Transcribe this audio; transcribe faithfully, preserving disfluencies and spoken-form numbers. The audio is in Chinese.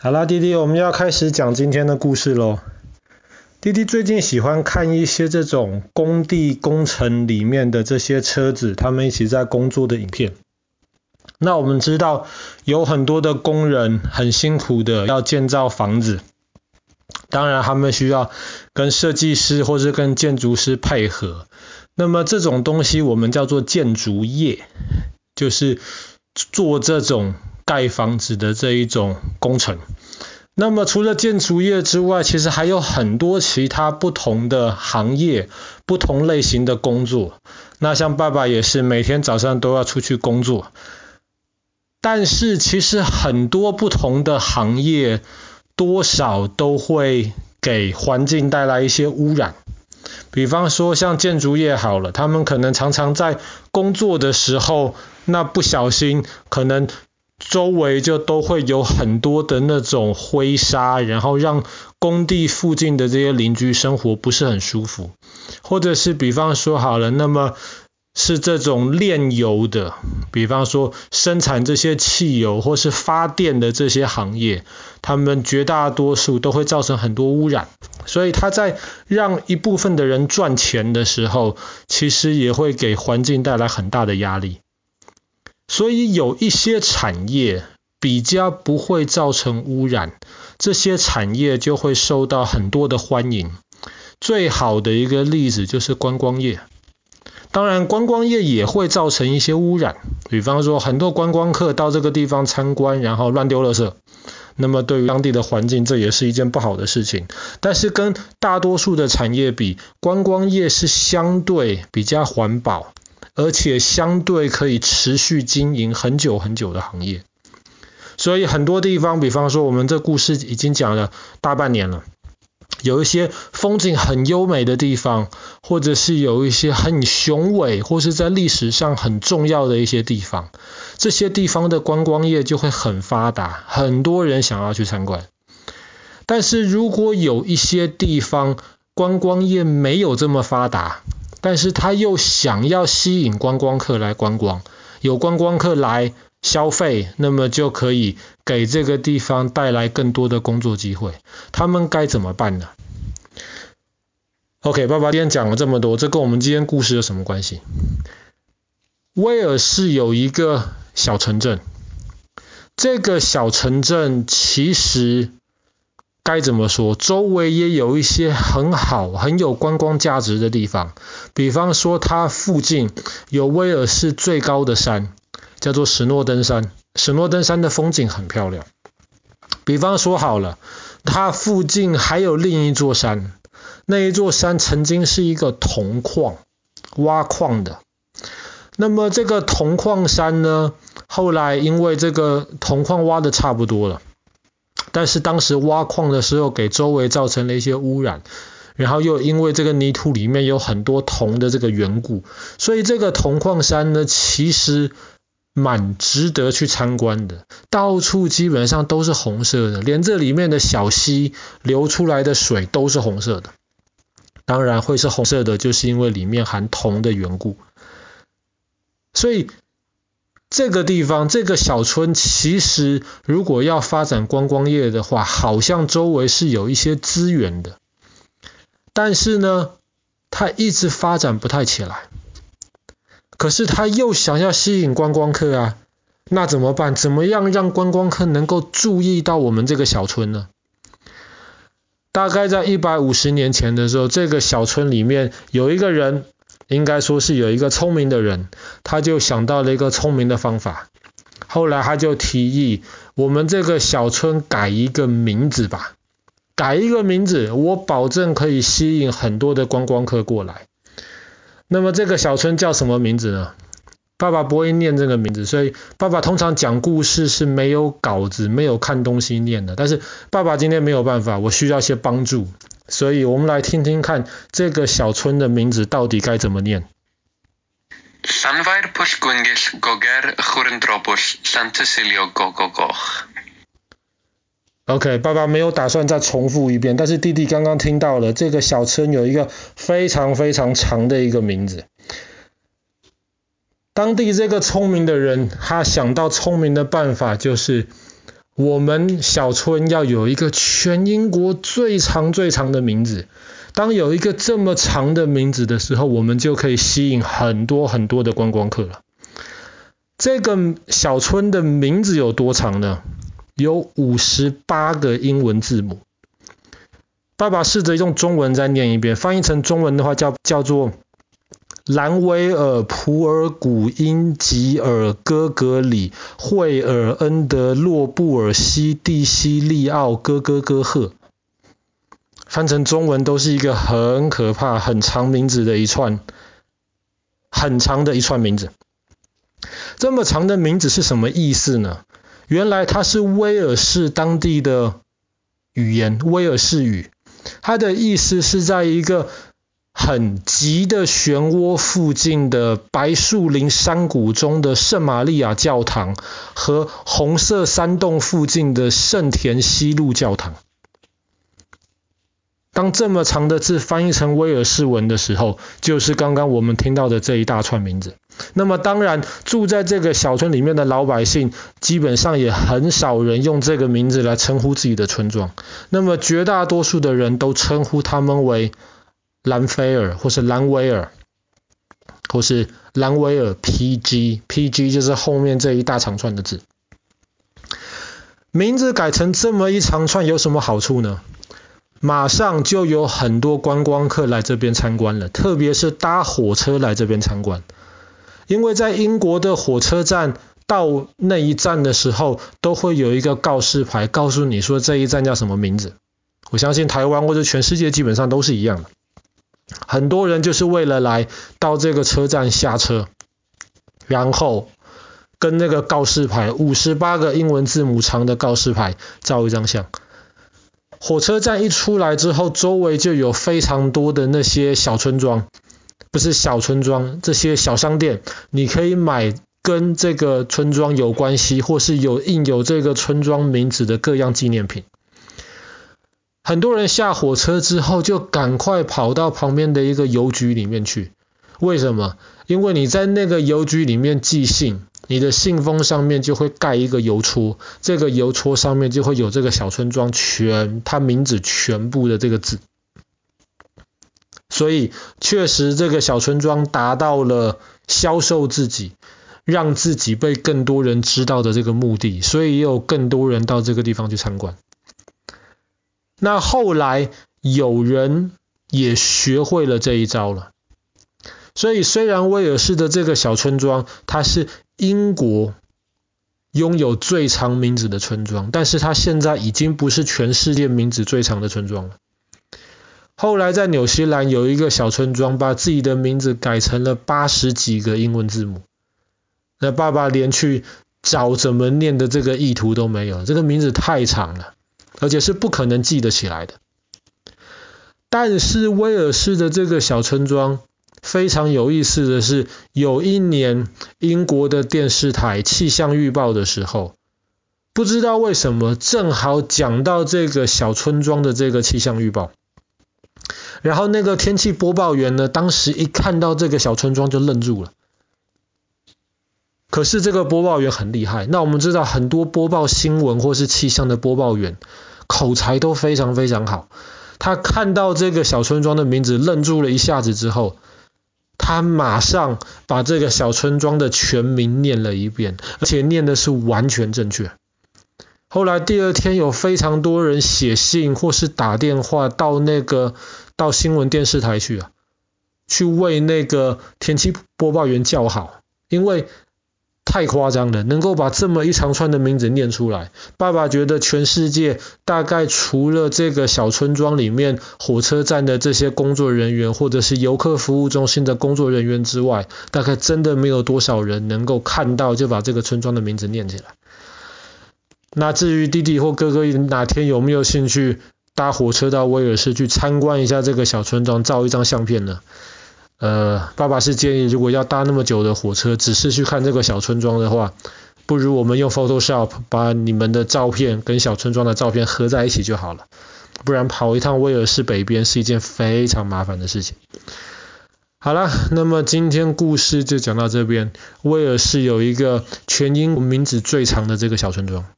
好啦，弟弟，我们要开始讲今天的故事咯。弟弟最近喜欢看一些这种工地工程里面的这些车子，他们一起在工作的影片。那我们知道有很多的工人很辛苦的要建造房子，当然他们需要跟设计师或是跟建筑师配合。那么这种东西我们叫做建筑业，就是做这种盖房子的这一种工程。那么除了建筑业之外，其实还有很多其他不同的行业，不同类型的工作。那像爸爸也是每天早上都要出去工作。但是其实很多不同的行业多少都会给环境带来一些污染。比方说像建筑业好了，他们可能常常在工作的时候，那不小心可能周围就都会有很多的那种灰沙，然后让工地附近的这些邻居生活不是很舒服。或者是比方说好了，那么是这种炼油的，比方说生产这些汽油或是发电的这些行业，他们绝大多数都会造成很多污染。所以他在让一部分的人赚钱的时候，其实也会给环境带来很大的压力。所以有一些产业比较不会造成污染，这些产业就会受到很多的欢迎。最好的一个例子就是观光业。当然观光业也会造成一些污染，比方说很多观光客到这个地方参观，然后乱丢垃圾，那么对于当地的环境这也是一件不好的事情。但是跟大多数的产业比，观光业是相对比较环保，而且相对可以持续经营很久很久的行业。所以很多地方，比方说我们这故事已经讲了大半年了，有一些风景很优美的地方，或者是有一些很雄伟或是在历史上很重要的一些地方，这些地方的观光业就会很发达，很多人想要去参观。但是如果有一些地方观光业没有这么发达，但是他又想要吸引观光客来观光，有观光客来消费，那么就可以给这个地方带来更多的工作机会。他们该怎么办呢？ OK， 爸爸今天讲了这么多，这跟我们今天故事有什么关系？威尔士有一个小城镇，这个小城镇其实该怎么说，周围也有一些很好很有观光价值的地方。比方说它附近有威尔士最高的山，叫做史诺登山，史诺登山的风景很漂亮。比方说好了，它附近还有另一座山，那一座山曾经是一个铜矿，挖矿的。那么这个铜矿山呢，后来因为这个铜矿挖的差不多了，但是当时挖矿的时候给周围造成了一些污染，然后又因为这个泥土里面有很多铜的这个缘故，所以这个铜矿山呢其实蛮值得去参观的，到处基本上都是红色的，连这里面的小溪流出来的水都是红色的。当然会是红色的，就是因为里面含铜的缘故。所以这个地方，这个小村其实如果要发展观光业的话，好像周围是有一些资源的，但是呢它一直发展不太起来。可是他又想要吸引观光客啊，那怎么办？怎么样让观光客能够注意到我们这个小村呢？大概在一百五十年前的时候，这个小村里面有一个人，应该说是有一个聪明的人，他就想到了一个聪明的方法。后来他就提议，我们这个小村改一个名字吧，改一个名字，我保证可以吸引很多的观光客过来。那么这个小村叫什么名字呢？爸爸不会念这个名字，所以爸爸通常讲故事是没有稿子，没有看东西念的。但是爸爸今天没有办法，我需要一些帮助，所以我们来听听看这个小村的名字到底该怎么念。 Llanfair Pwllgwyngyll Goger Chwrndrobwll Llantysilio Gogogoch。 OK， 爸爸没有打算再重复一遍，但是弟弟刚刚听到了，这个小村有一个非常非常长的一个名字。当地这个聪明的人，他想到聪明的办法，就是我们小村要有一个全英国最长最长的名字。当有一个这么长的名字的时候，我们就可以吸引很多很多的观光客了。这个小村的名字有多长呢？有五十八个英文字母。爸爸试着用中文再念一遍，翻译成中文的话叫叫做兰维尔、普尔古因、吉尔、哥格里、惠尔、恩德、洛布尔、西蒂、西利奥、哥哥哥赫。翻成中文都是一个很可怕、很长名字的一串，很长的一串名字。这么长的名字是什么意思呢？原来它是威尔士当地的语言，威尔士语。它的意思是在一个很急的漩涡附近的白树林山谷中的圣玛利亚教堂和红色山洞附近的圣田西路教堂。当这么长的字翻译成威尔士文的时候，就是刚刚我们听到的这一大串名字。那么当然，住在这个小村里面的老百姓，基本上也很少人用这个名字来称呼自己的村庄。那么绝大多数的人都称呼他们为兰菲尔，或是兰威尔，或是兰威尔 P G，P G 就是后面这一大长串的字。名字改成这么一长串有什么好处呢？马上就有很多观光客来这边参观了，特别是搭火车来这边参观。因为在英国的火车站到那一站的时候，都会有一个告示牌告诉你说这一站叫什么名字。我相信台湾或者全世界基本上都是一样的。很多人就是为了来到这个车站下车，然后跟那个告示牌五十八个英文字母长的告示牌照一张相。火车站一出来之后，周围就有非常多的那些小村庄，不是小村庄，这些小商店，你可以买跟这个村庄有关系，或是有印有这个村庄名字的各样纪念品。很多人下火车之后就赶快跑到旁边的一个邮局里面去。为什么？因为你在那个邮局里面寄信，你的信封上面就会盖一个邮戳，这个邮戳上面就会有这个小村庄全它名字全部的这个字。所以确实这个小村庄达到了销售自己，让自己被更多人知道的这个目的，所以也有更多人到这个地方去参观。那后来有人也学会了这一招了。所以虽然威尔士的这个小村庄它是英国拥有最长名字的村庄，但是它现在已经不是全世界名字最长的村庄了。后来在纽西兰有一个小村庄把自己的名字改成了八十几个英文字母，那爸爸连去找怎么念的这个意图都没有，这个名字太长了，而且是不可能记得起来的。但是威尔士的这个小村庄非常有意思的是，有一年英国的电视台气象预报的时候，不知道为什么正好讲到这个小村庄的这个气象预报。然后那个天气播报员呢，当时一看到这个小村庄就愣住了。可是这个播报员很厉害，那我们知道很多播报新闻或是气象的播报员口才都非常非常好。他看到这个小村庄的名字愣住了一下子之后，他马上把这个小村庄的全名念了一遍，而且念的是完全正确。后来第二天有非常多人写信或是打电话到那个到新闻电视台去啊，去为那个天气播报员叫好，因为太夸张了，能够把这么一长串的名字念出来。爸爸觉得全世界大概除了这个小村庄里面火车站的这些工作人员或者是游客服务中心的工作人员之外，大概真的没有多少人能够看到就把这个村庄的名字念起来。那至于弟弟或哥哥哪天有没有兴趣搭火车到威尔士去参观一下这个小村庄，照一张相片呢？呃，爸爸是建议，如果要搭那么久的火车，只是去看这个小村庄的话，不如我们用 Photoshop 把你们的照片跟小村庄的照片合在一起就好了，不然跑一趟威尔士北边是一件非常麻烦的事情。好了，那么今天故事就讲到这边。威尔士有一个全英名字最长的这个小村庄。